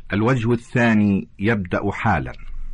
الوجه الثاني يبدأ حالا.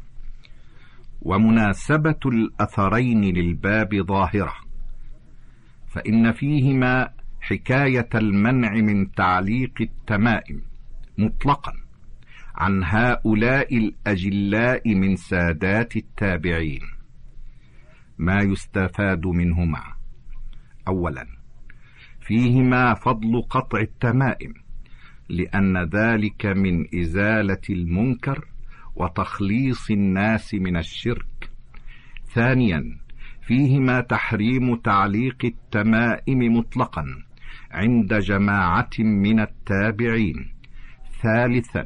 ومناسبة الأثرين للباب ظاهرة، فإن فيهما حكاية المنع من تعليق التمائم مطلقا عن هؤلاء الأجلاء من سادات التابعين. ما يستفاد منهما: أولا، فيهما فضل قطع التمائم، لأن ذلك من إزالة المنكر وتخليص الناس من الشرك. ثانيا، فيهما تحريم تعليق التمائم مطلقا عند جماعة من التابعين. ثالثا،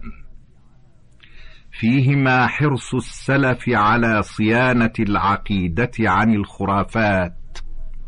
فيهما حرص السلف على صيانة العقيدة عن الخرافات.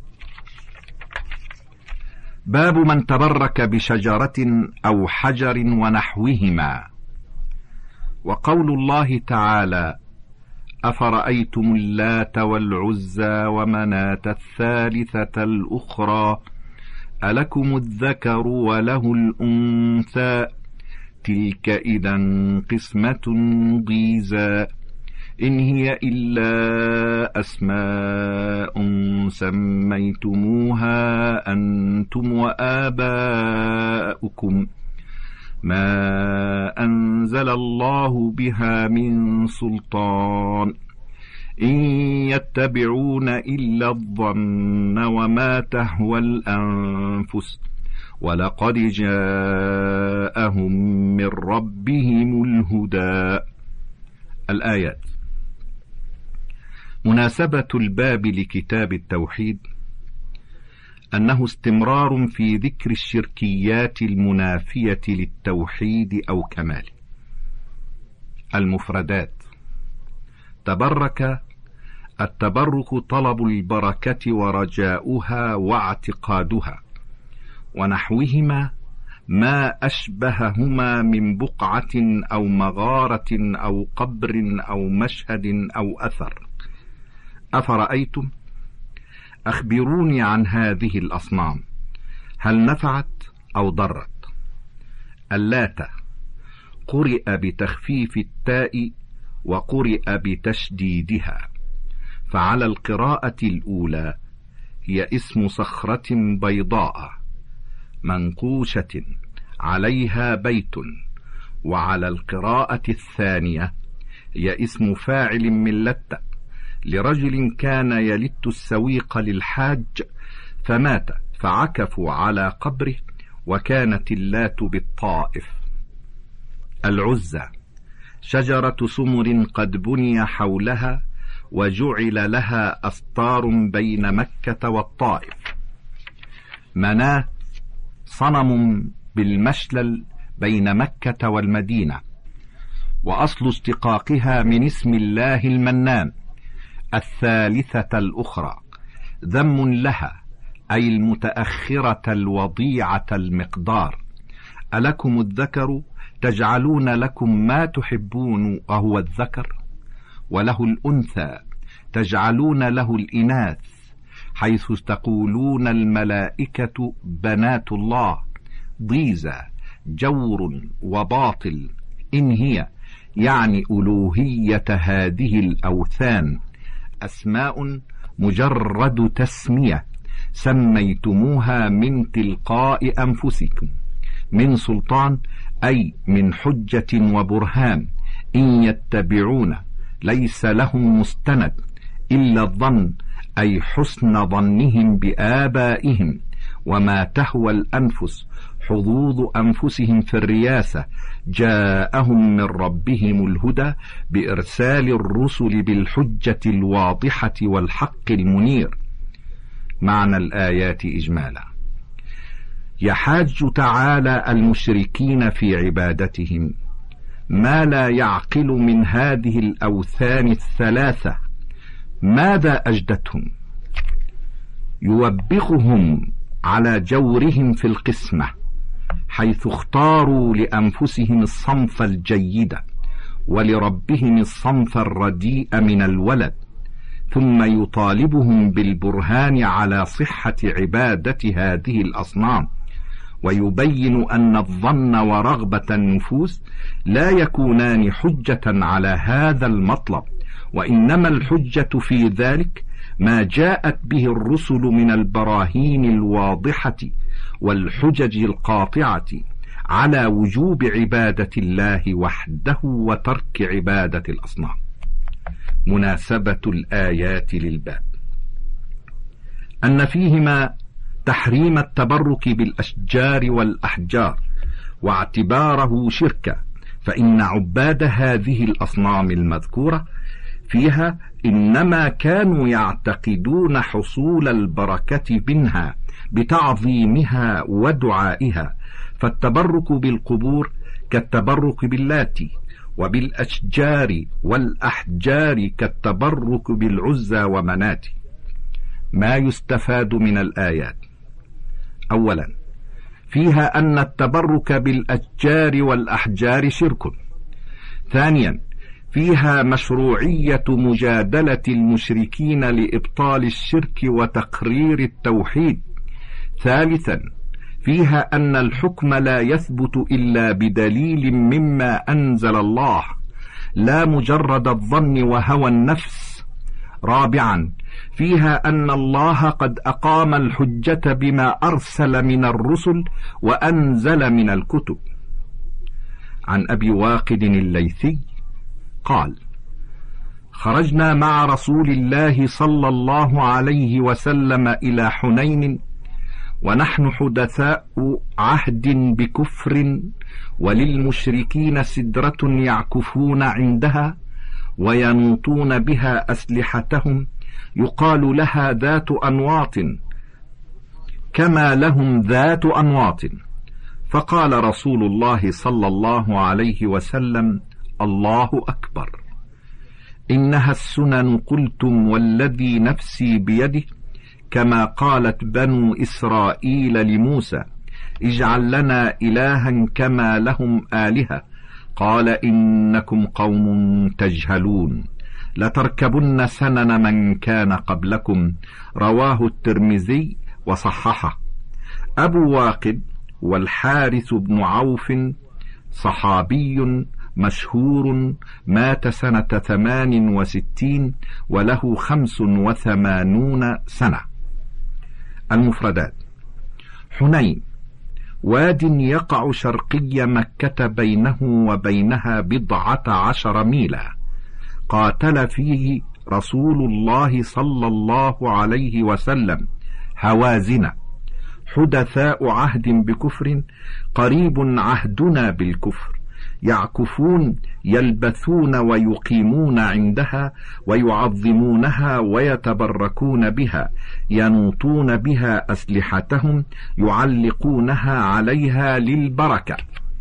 باب من تبرك بشجرة أو حجر ونحوهما. وقول الله تعالى: أفرأيتم اللات والعزى ومناة الثالثة الأخرى ألكم الذكر وله الأنثى تلك إذا قسمة ضيزى إن هي إلا أسماء سميتموها أنتم وآباؤكم ما أنزل الله بها من سلطان إن يتبعون إلا الظن وما تهوى الأنفس ولقد جاءهم من ربهم الهدى. الآيات. مناسبة الباب لكتاب التوحيد أنه استمرار في ذكر الشركيات المنافية للتوحيد أو كماله. المفردات: تبرك، التبرك طلب البركة ورجاؤها واعتقادها، ونحوهما ما أشبههما من بقعة أو مغارة أو قبر أو مشهد أو أثر. أفرأيتم، أخبروني عن هذه الأصنام، هل نفعت أو ضرت؟ اللات قرئ بتخفيف التاء وقرئ بتشديدها، فعلى القراءة الأولى هي اسم صخرة بيضاء منقوشة عليها بيت، وعلى القراءة الثانية هي اسم فاعل من لت، لرجل كان يلت السويق للحاج فمات فعكفوا على قبره، وكانت اللات بالطائف. العزى شجرة سمر قد بني حولها وجعل لها أستار بين مكة والطائف. مناه صنم بالمشلل بين مكة والمدينة، وأصل اشتقاقها من اسم الله المنان. الثالثة الأخرى ذم لها، أي المتأخرة الوضيعة المقدار. ألكم الذكر تجعلون لكم ما تحبون وهو الذكر، وله الأنثى تجعلون له الإناث، حيث تقولون الملائكة بنات الله. ضيزى جور وباطل، إن هي يعني ألوهية هذه الأوثان. أسماء مجرد تسمية سميتموها من تلقاء أنفسكم. من سلطان أي من حجة وبرهان. إن يتبعون ليس لهم مستند إلا الظن، أي حسن ظنهم بآبائهم. وما تهوى الأنفس حظوظ أنفسهم في الرياسة. جاءهم من ربهم الهدى بإرسال الرسل بالحجة الواضحة والحق المنير. معنى الآيات إجمالا: يحاج تعالى المشركين في عبادتهم ما لا يعقل من هذه الأوثان الثلاثة. ماذا أجدتهم؟ يوبخهم على جورهم في القسمة، حيث اختاروا لأنفسهم الصنف الجيد ولربهم الصنف الرديء من الولد، ثم يطالبهم بالبرهان على صحة عبادة هذه الأصنام، ويبين أن الظن ورغبة النفوس لا يكونان حجة على هذا المطلب، وإنما الحجة في ذلك ما جاءت به الرسل من البراهين الواضحة والحجج القاطعة على وجوب عبادة الله وحده وترك عبادة الأصنام. مناسبة الآيات للباب أن فيهما تحريم التبرك بالأشجار والأحجار واعتباره شركا، فإن عباد هذه الأصنام المذكورة فيها إنما كانوا يعتقدون حصول البركة منها بتعظيمها ودعائها، فالتبرك بالقبور كالتبرك باللات، وبالأشجار والأحجار كالتبرك بالعزى ومنات. ما يستفاد من الآيات: أولا، فيها أن التبرك بالأشجار والأحجار شرك. ثانيا، فيها مشروعية مجادلة المشركين لإبطال الشرك وتقرير التوحيد. ثالثا، فيها أن الحكم لا يثبت إلا بدليل مما أنزل الله، لا مجرد الظن وهوى النفس. رابعا، فيها أن الله قد أقام الحجة بما أرسل من الرسل وأنزل من الكتب. عن أبي واقد الليثي قال: خرجنا مع رسول الله صلى الله عليه وسلم إلى حنين ونحن حدثاء عهد بكفر، وللمشركين سدرة يعكفون عندها وينوطون بها أسلحتهم، يقال لها ذات أنواط كما لهم ذات أنواط. فقال رسول الله صلى الله عليه وسلم: الله أكبر، إنها السنن، قلتم والذي نفسي بيده، كما قالت بنو إسرائيل لموسى: اجعل لنا إلها كما لهم آلهة، قال إنكم قوم تجهلون، لتركبن سنن من كان قبلكم. رواه الترمذي وصححه. أبو واقد والحارث بن عوف صحابي مشهور، مات سنة 68 وله 85 سنة. المفردات: حنين واد يقع شرقي مكة بينه وبينها 14 ميلا، قاتل فيه رسول الله صلى الله عليه وسلم هوازن. حدثاء عهد بكفر، قريب عهدنا بالكفر، يعكفون يلبثون ويقيمون عندها ويعظمونها ويتبركون بها، ينوطون بها أسلحتهم، يعلقونها عليها للبركة.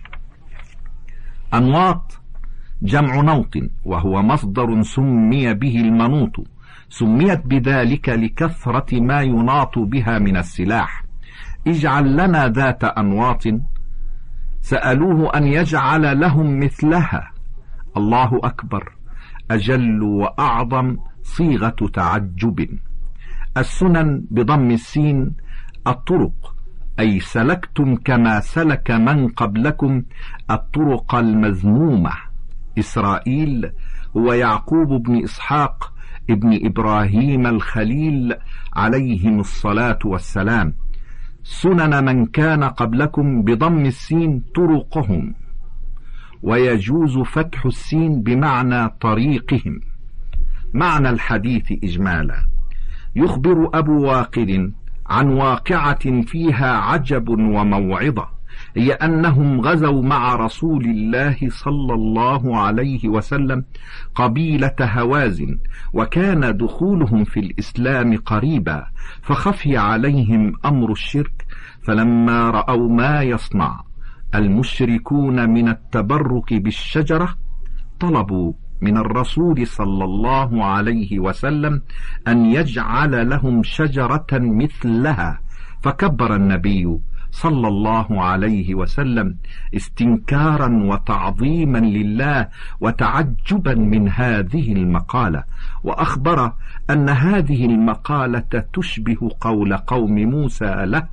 أنواط جمع نوط، وهو مصدر سمي به المنوط، سميت بذلك لكثرة ما يناط بها من السلاح. اجعل لنا ذات أنواط، سألوه أن يجعل لهم مثلها. الله أكبر، أجل وأعظم، صيغة تعجب. السنن بضم السين الطرق، أي سلكتم كما سلك من قبلكم الطرق المذمومة. إسرائيل هو يعقوب بن إسحاق ابن إبراهيم الخليل عليهم الصلاة والسلام. سنن من كان قبلكم بضم السين طرقهم، ويجوز فتح السين بمعنى طريقهم. معنى الحديث إجمالا: يخبر أبو واقد عن واقعة فيها عجب وموعظة، هي أنهم غزوا مع رسول الله صلى الله عليه وسلم قبيلة هوازن، وكان دخولهم في الإسلام قريبا، فخفي عليهم أمر الشرك، فلما رأوا ما يصنع المشركون من التبرك بالشجرة طلبوا من الرسول صلى الله عليه وسلم أن يجعل لهم شجرة مثلها، فكبر النبي صلى الله عليه وسلم استنكارا وتعظيما لله وتعجبا من هذه المقالة، وأخبر أن هذه المقالة تشبه قول قوم موسى له: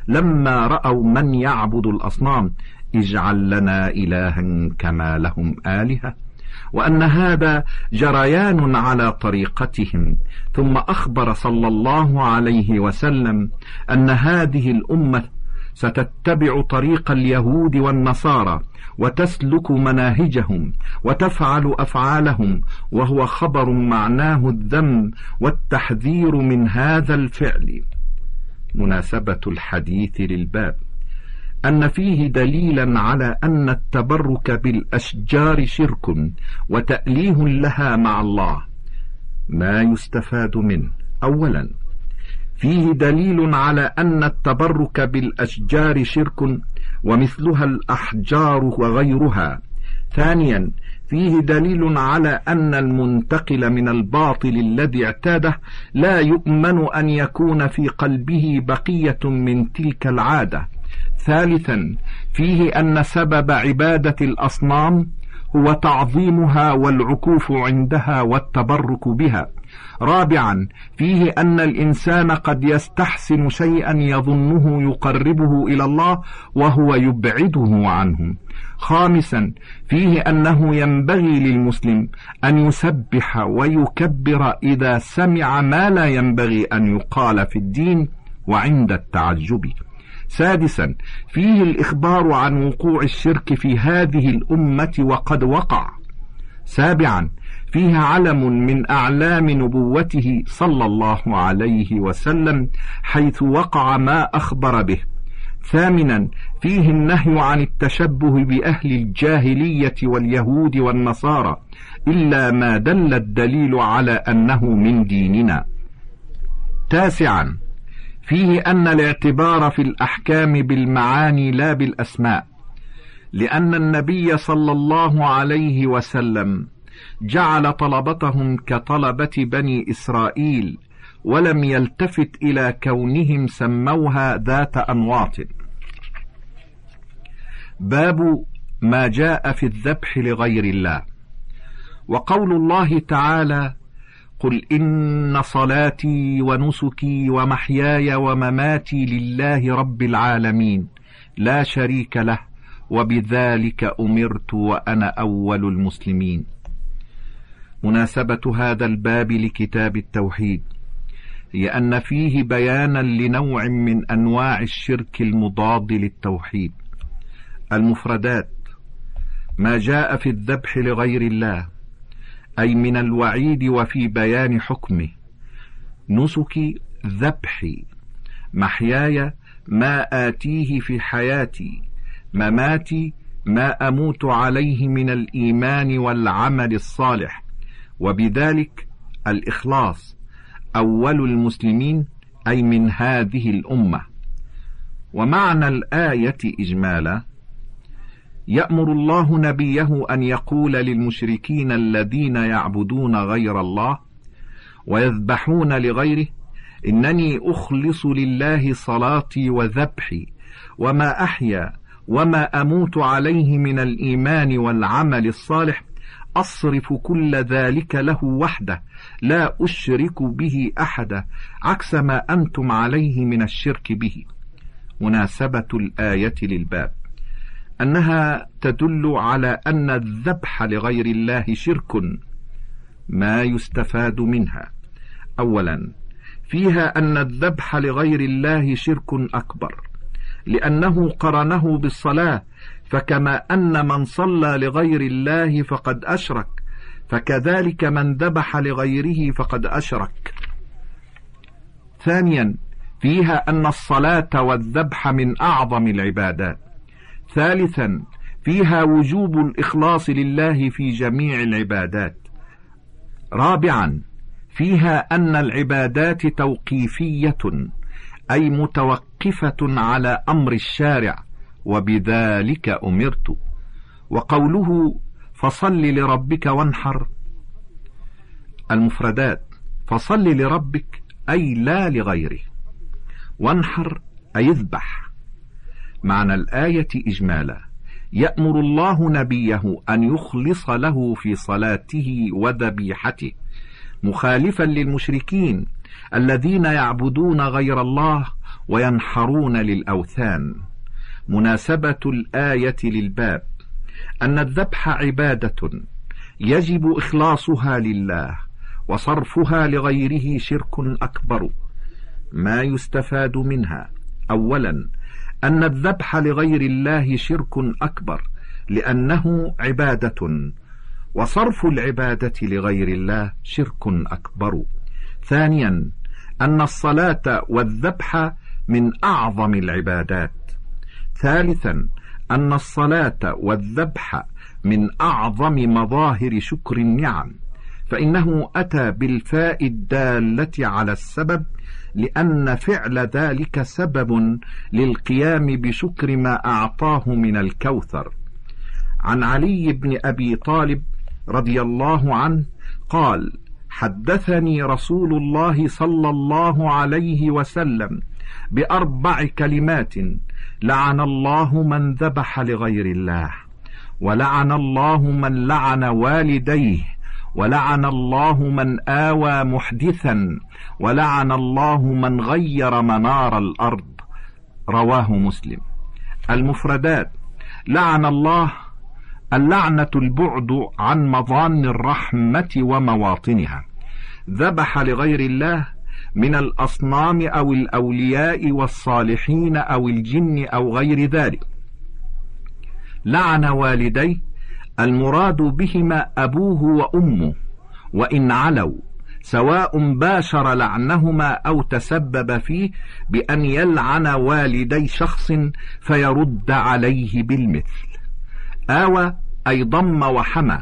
لما رأوا من يعبد الأصنام: اجعل لنا إلها كما لهم آلهة، وأن هذا جريان على طريقتهم. ثم أخبر صلى الله عليه وسلم أن هذه الأمة ستتبع طريق اليهود والنصارى وتسلك مناهجهم وتفعل أفعالهم، وهو خبر معناه الذم والتحذير من هذا الفعل. مناسبة الحديث للباب أن فيه دليلا على أن التبرك بالأشجار شرك وتأليه لها مع الله. ما يستفاد منه: أولا، فيه دليل على أن التبرك بالأشجار شرك ومثلها الأحجار وغيرها. ثانيا، فيه دليل على أن المنتقل من الباطل الذي اعتاده لا يؤمن أن يكون في قلبه بقية من تلك العادة. ثالثا، فيه أن سبب عبادة الأصنام هو تعظيمها والعكوف عندها والتبرك بها. رابعا، فيه أن الإنسان قد يستحسن شيئا يظنه يقربه إلى الله وهو يبعده عنه. خامسا، فيه أنه ينبغي للمسلم أن يسبح ويكبر إذا سمع ما لا ينبغي أن يقال في الدين وعند التعجب. سادسا، فيه الإخبار عن وقوع الشرك في هذه الأمة وقد وقع. سابعا، فيه علم من أعلام نبوته صلى الله عليه وسلم حيث وقع ما أخبر به. ثامنا، فيه النهي عن التشبه بأهل الجاهلية واليهود والنصارى إلا ما دل الدليل على أنه من ديننا. تاسعا، فيه أن الاعتبار في الأحكام بالمعاني لا بالأسماء، لأن النبي صلى الله عليه وسلم جعل طلبتهم كطلبة بني إسرائيل، ولم يلتفت إلى كونهم سموها ذات أنواط. باب ما جاء في الذبح لغير الله. وقول الله تعالى: قل إن صلاتي ونسكي ومحياي ومماتي لله رب العالمين لا شريك له وبذلك أمرت وأنا أول المسلمين. مناسبة هذا الباب لكتاب التوحيد هي أن فيه بيانا لنوع من أنواع الشرك المضاد للتوحيد. المفردات: ما جاء في الذبح لغير الله أي من الوعيد وفي بيان حكمه. نسكي ذبحي، محياي ما آتيه في حياتي، مماتي ما أموت عليه من الإيمان والعمل الصالح، وبذلك الإخلاص، أول المسلمين أي من هذه الأمة. ومعنى الآية إجمالا: يأمر الله نبيه أن يقول للمشركين الذين يعبدون غير الله ويذبحون لغيره: إنني أخلص لله صلاتي وذبحي وما أحيا وما أموت عليه من الإيمان والعمل الصالح، أصرف كل ذلك له وحده لا أشرك به أحدا، عكس ما أنتم عليه من الشرك به. مناسبة الآية للباب أنها تدل على أن الذبح لغير الله شرك. ما يستفاد منها: أولا، فيها أن الذبح لغير الله شرك أكبر، لأنه قرنه بالصلاة، فكما أن من صلى لغير الله فقد أشرك، فكذلك من ذبح لغيره فقد أشرك. ثانيا، فيها أن الصلاة والذبح من أعظم العبادات. ثالثا، فيها وجوب الإخلاص لله في جميع العبادات. رابعا، فيها أن العبادات توقيفية أي متوقفة على أمر الشارع، وبذلك أمرت. وقوله فصل لربك وانحر. المفردات: فصل لربك أي لا لغيره، وانحر أي اذبح. معنى الآية إجمالا: يأمر الله نبيه أن يخلص له في صلاته وذبيحته، مخالفا للمشركين الذين يعبدون غير الله وينحرون للأوثان. مناسبة الآية للباب أن الذبح عبادة يجب إخلاصها لله، وصرفها لغيره شرك أكبر. ما يستفاد منها: أولا، أن الذبح لغير الله شرك أكبر لأنه عبادة، وصرف العبادة لغير الله شرك أكبر. ثانيا، أن الصلاة والذبح من أعظم العبادات. ثالثا، أن الصلاة والذبح من أعظم مظاهر شكر النعم، فإنه أتى بالفاء الدالة على السبب، لأن فعل ذلك سبب للقيام بشكر ما أعطاه من الكوثر. عن علي بن أبي طالب رضي الله عنه قال: حدثني رسول الله صلى الله عليه وسلم ب4 كلمات: لعن الله من ذبح لغير الله، ولعن الله من لعن والديه، ولعن الله من آوى محدثا، ولعن الله من غير منار الأرض. رواه مسلم. المفردات: لعن الله، اللعنة البعد عن مظان الرحمة ومواطنها. ذبح لغير الله من الأصنام أو الأولياء والصالحين أو الجن أو غير ذلك. لعن والديه، المراد بهما أبوه وأمه، وإن علوا، سواء باشر لعنهما أو تسبب فيه بأن يلعن والدي شخص فيرد عليه بالمثل. آوى أي ضم وحمى.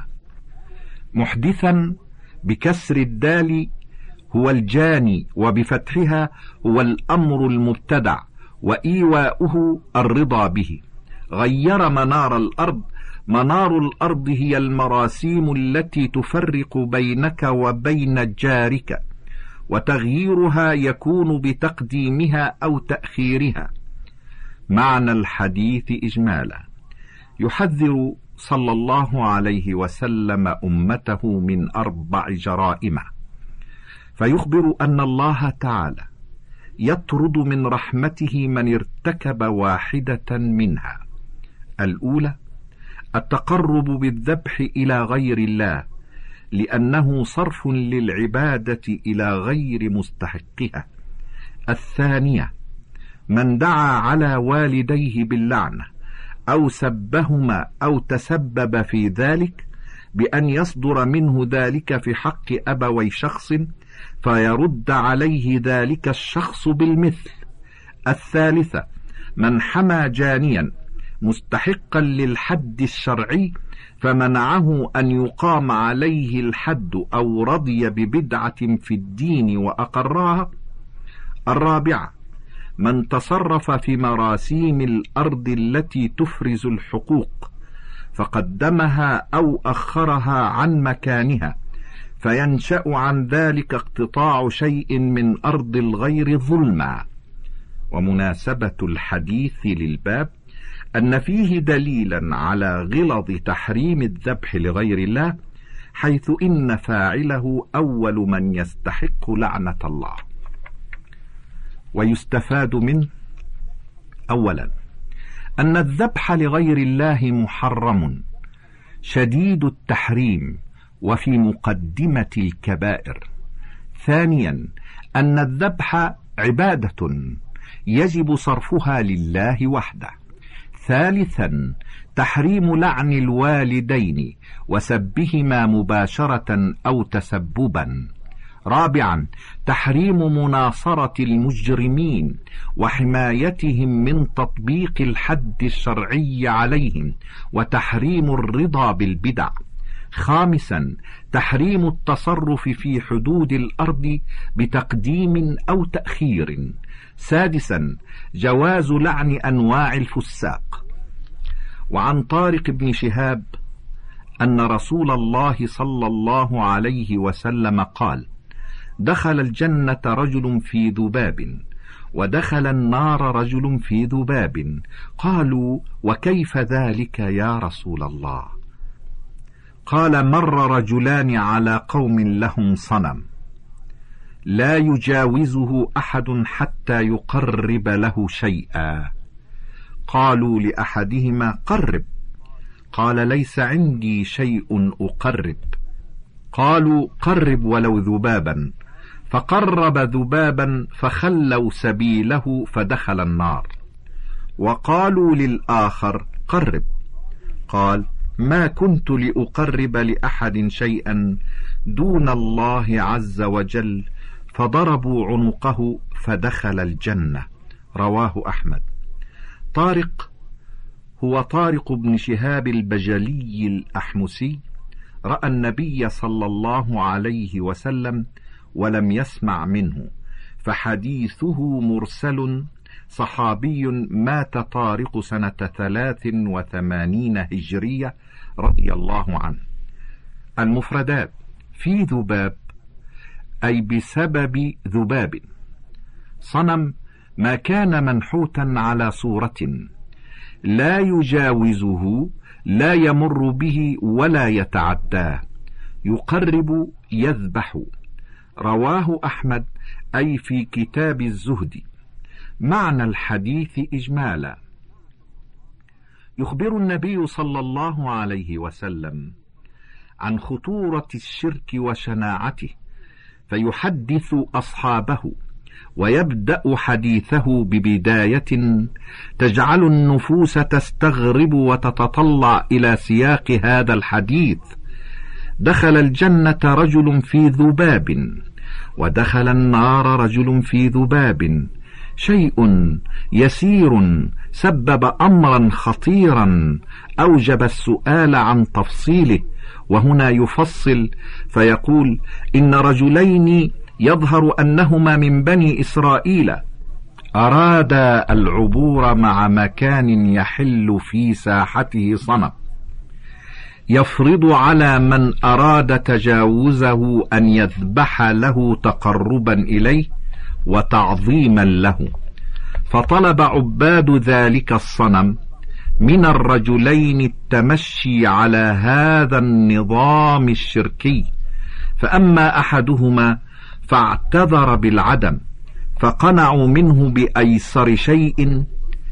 محدثا بكسر الدال هو الجاني، وبفتحها هو الأمر المبتدع، وإيواؤه الرضا به. غير منار الأرض، منار الأرض هي المراسيم التي تفرق بينك وبين جارك، وتغييرها يكون بتقديمها أو تأخيرها. معنى الحديث إجمالا: يحذر صلى الله عليه وسلم أمته من 4 جرائم، فيخبر أن الله تعالى يطرد من رحمته من ارتكب واحدة منها. الأولى: التقرب بالذبح إلى غير الله، لأنه صرف للعبادة إلى غير مستحقها. الثانية: من دعا على والديه باللعنة أو سبهما أو تسبب في ذلك بأن يصدر منه ذلك في حق أبوي شخص فيرد عليه ذلك الشخص بالمثل. الثالثة: من حمى جانيا مستحقا للحد الشرعي فمنعه أن يقام عليه الحد أو رضي ببدعة في الدين وأقرها. الرابعة: من تصرف في مراسيم الأرض التي تفرز الحقوق فقدمها أو أخرها عن مكانها، فينشأ عن ذلك اقتطاع شيء من أرض الغير ظلما. ومناسبة الحديث للباب أن فيه دليلا على غلظ تحريم الذبح لغير الله، حيث إن فاعله أول من يستحق لعنة الله. ويستفاد منه: أولا، أن الذبح لغير الله محرم شديد التحريم وفي مقدمة الكبائر. ثانيا، أن الذبح عبادة يجب صرفها لله وحده. ثالثا، تحريم لعن الوالدين وسبهما مباشرة أو تسببا. رابعا، تحريم مناصرة المجرمين وحمايتهم من تطبيق الحد الشرعي عليهم، وتحريم الرضا بالبدع. خامسا، تحريم التصرف في حدود الأرض بتقديم أو تأخير. سادسا، جواز لعن أنواع الفساق. وعن طارق بن شهاب أن رسول الله صلى الله عليه وسلم قال: دخل الجنة رجل في ذباب، ودخل النار رجل في ذباب. قالوا: وكيف ذلك يا رسول الله؟ قال: مر رجلان على قوم لهم صنم، لا يجاوزه أحد حتى يقرب له شيئا. قالوا لأحدهما: قرب. قال: ليس عندي شيء أقرب. قالوا: قرب ولو ذبابا. فقرب ذبابا فخلوا سبيله فدخل النار. وقالوا للآخر: قرب. قال: ما كنت لأقرب لأحد شيئا دون الله عز وجل، فضربوا عنقه فدخل الجنة. رواه أحمد. طارق هو طارق بن شهاب البجلي الأحمسي، رأى النبي صلى الله عليه وسلم ولم يسمع منه، فحديثه مرسل. صحابي مات طارق سنة 83 هجرية رضي الله عنه. المفردات: في ذباب أي بسبب ذباب. صنم ما كان منحوتا على صورة، لا يجاوزه، لا يمر به ولا يتعداه. يقرب يذبح. رواه أحمد أي في كتاب الزهد. معنى الحديث إجمالا: يخبر النبي صلى الله عليه وسلم عن خطورة الشرك وشناعته، فيحدث أصحابه، ويبدأ حديثه ببداية تجعل النفوس تستغرب وتتطلع إلى سياق هذا الحديث. دخل الجنة رجل في ذباب، ودخل النار رجل في ذباب. شيء يسير سبب أمرا خطيرا أوجب السؤال عن تفصيله. وهنا يفصل فيقول: إن رجلين يظهر أنهما من بني إسرائيل أرادا العبور مع مكان يحل في ساحته صنم، يفرض على من أراد تجاوزه أن يذبح له تقربا إليه وتعظيما له. فطلب عباد ذلك الصنم من الرجلين التمشي على هذا النظام الشركي، فأما أحدهما فاعتذر بالعدم، فقنعوا منه بأيسر شيء،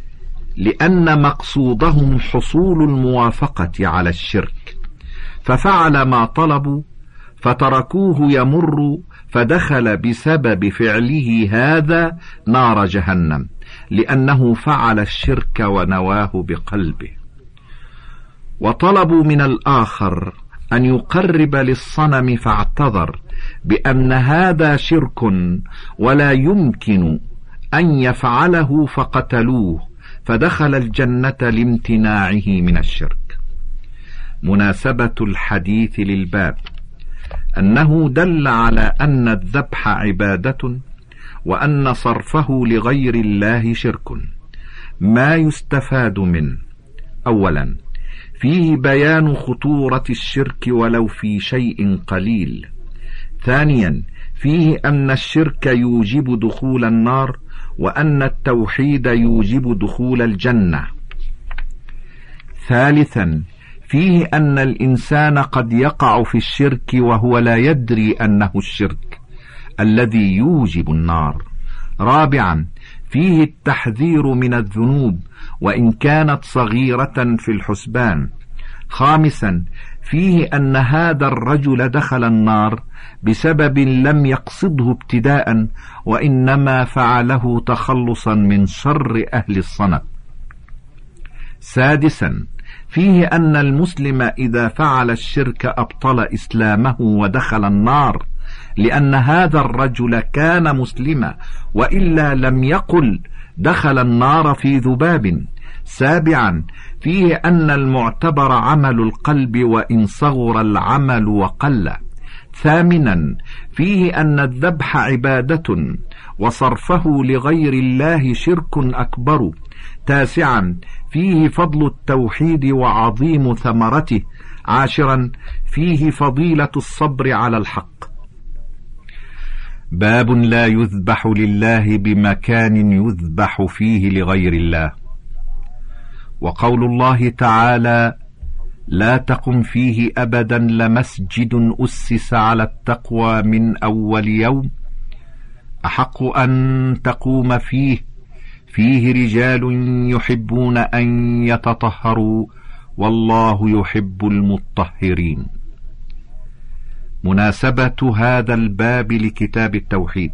لأن مقصودهم حصول الموافقة على الشرك، ففعل ما طلبوا، فتركوه يمر، فدخل بسبب فعله هذا نار جهنم، لأنه فعل الشرك ونواه بقلبه. وطلبوا من الآخر أن يقرب للصنم، فاعتذر بأن هذا شرك ولا يمكن أن يفعله، فقتلوه، فدخل الجنة لامتناعه من الشرك. مناسبة الحديث للباب أنه دل على أن الذبح عبادة، وأن صرفه لغير الله شرك. ما يستفاد منه: أولا، فيه بيان خطورة الشرك ولو في شيء قليل. ثانيا، فيه أن الشرك يوجب دخول النار، وأن التوحيد يوجب دخول الجنة. ثالثا، فيه أن الإنسان قد يقع في الشرك وهو لا يدري أنه الشرك الذي يوجب النار. رابعا، فيه التحذير من الذنوب وإن كانت صغيرة في الحسبان. خامسا، فيه أن هذا الرجل دخل النار بسبب لم يقصده ابتداء، وإنما فعله تخلصا من شر أهل الصنم. سادسا، فيه أن المسلم إذا فعل الشرك أبطل إسلامه ودخل النار، لأن هذا الرجل كان مسلما، وإلا لم يقل دخل النار في ذباب. سابعا، فيه أن المعتبر عمل القلب وإن صغر العمل وقل. ثامنا، فيه أن الذبح عبادة، وصرفه لغير الله شرك أكبر. تاسعا، فيه فضل التوحيد وعظيم ثمرته. عاشرا، فيه فضيلة الصبر على الحق. باب لا يذبح لله بمكان يذبح فيه لغير الله. وقول الله تعالى: لا تقم فيه أبدا لمسجد أسس على التقوى من أول يوم أحق أن تقوم فيه رجال يحبون أن يتطهروا والله يحب المطهرين. مناسبة هذا الباب لكتاب التوحيد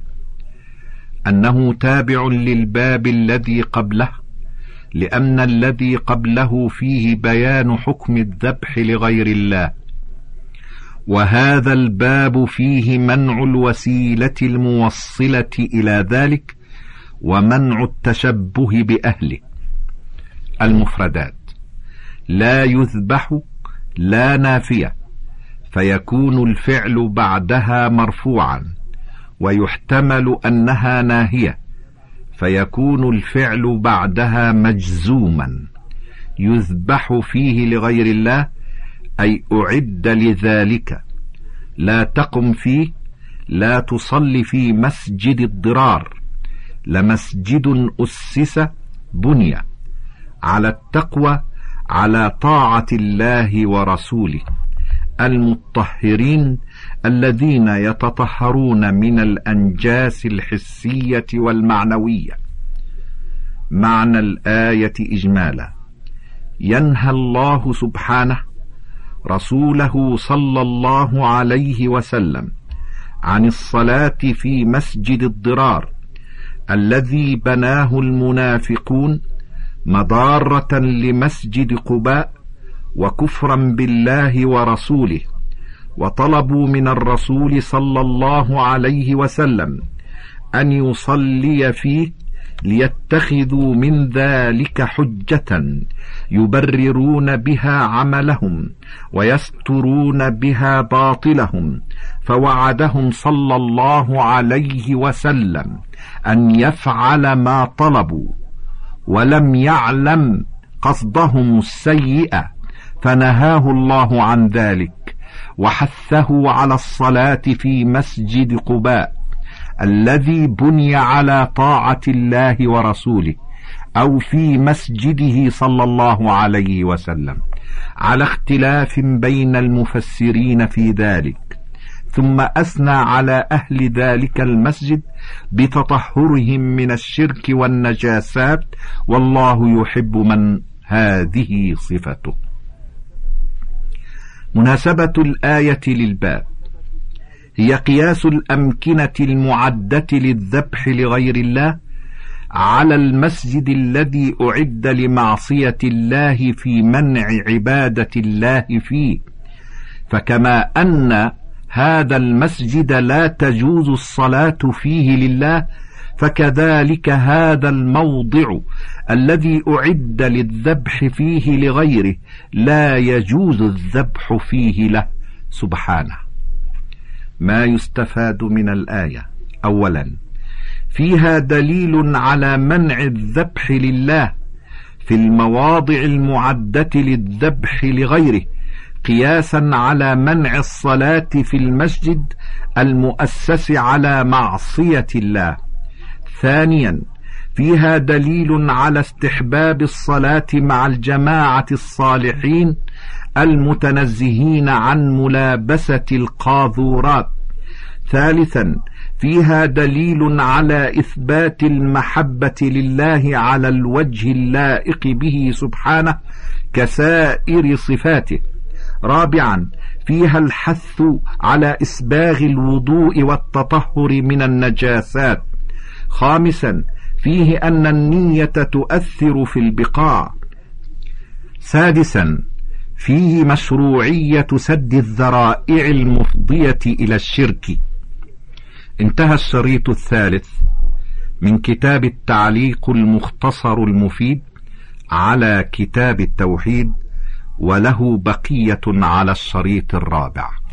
أنه تابع للباب الذي قبله، لأن الذي قبله فيه بيان حكم الذبح لغير الله، وهذا الباب فيه منع الوسيلة الموصلة إلى ذلك ومنع التشبه بأهله. المفردات: لا يذبح، لا نافية، فيكون الفعل بعدها مرفوعا، ويحتمل أنها ناهية فيكون الفعل بعدها مجزوما. يذبح فيه لغير الله أي أعد لذلك. لا تقم فيه، لا تصلي في مسجد الضرار، لمسجد أسس بني على التقوى على طاعة الله ورسوله. المطهرين الذين يتطهرون من الأنجاس الحسية والمعنوية. معنى الآية إجمالا: ينهى الله سبحانه رسوله صلى الله عليه وسلم عن الصلاة في مسجد الضرار الذي بناه المنافقون مضارة لمسجد قباء وكفرا بالله ورسوله، وطلبوا من الرسول صلى الله عليه وسلم أن يصلي فيه ليتخذوا من ذلك حجة يبررون بها عملهم ويسترون بها باطلهم، فوعدهم صلى الله عليه وسلم أن يفعل ما طلبوا، ولم يعلم قصدهم السيئة فنهاه الله عن ذلك، وحثه على الصلاة في مسجد قباء الذي بني على طاعة الله ورسوله، أو في مسجده صلى الله عليه وسلم، على اختلاف بين المفسرين في ذلك. ثم أثنى على أهل ذلك المسجد بتطهرهم من الشرك والنجاسات، والله يحب من هذه صفته. مناسبة الآية للباب هي قياس الأمكنة المعدة للذبح لغير الله على المسجد الذي أعد لمعصية الله في منع عبادة الله فيه. فكما أن هذا المسجد لا تجوز الصلاة فيه لله، فكذلك هذا الموضع الذي أعد للذبح فيه لغيره لا يجوز الذبح فيه له سبحانه. ما يستفاد من الآية: أولا، فيها دليل على منع الذبح لله في المواضع المعدة للذبح لغيره، قياسا على منع الصلاة في المسجد المؤسس على معصية الله. ثانيا، فيها دليل على استحباب الصلاة مع الجماعة الصالحين المتنزهين عن ملابسة القاذورات. ثالثا، فيها دليل على إثبات المحبة لله على الوجه اللائق به سبحانه كسائر صفاته. رابعا، فيها الحث على إسباغ الوضوء والتطهر من النجاسات. خامسا، فيه أن النية تؤثر في البقاع. سادسا، فيه مشروعية سد الذرائع المفضية إلى الشرك. انتهى الشريط الثالث من كتاب التعليق المختصر المفيد على كتاب التوحيد، وله بقية على الشريط الرابع.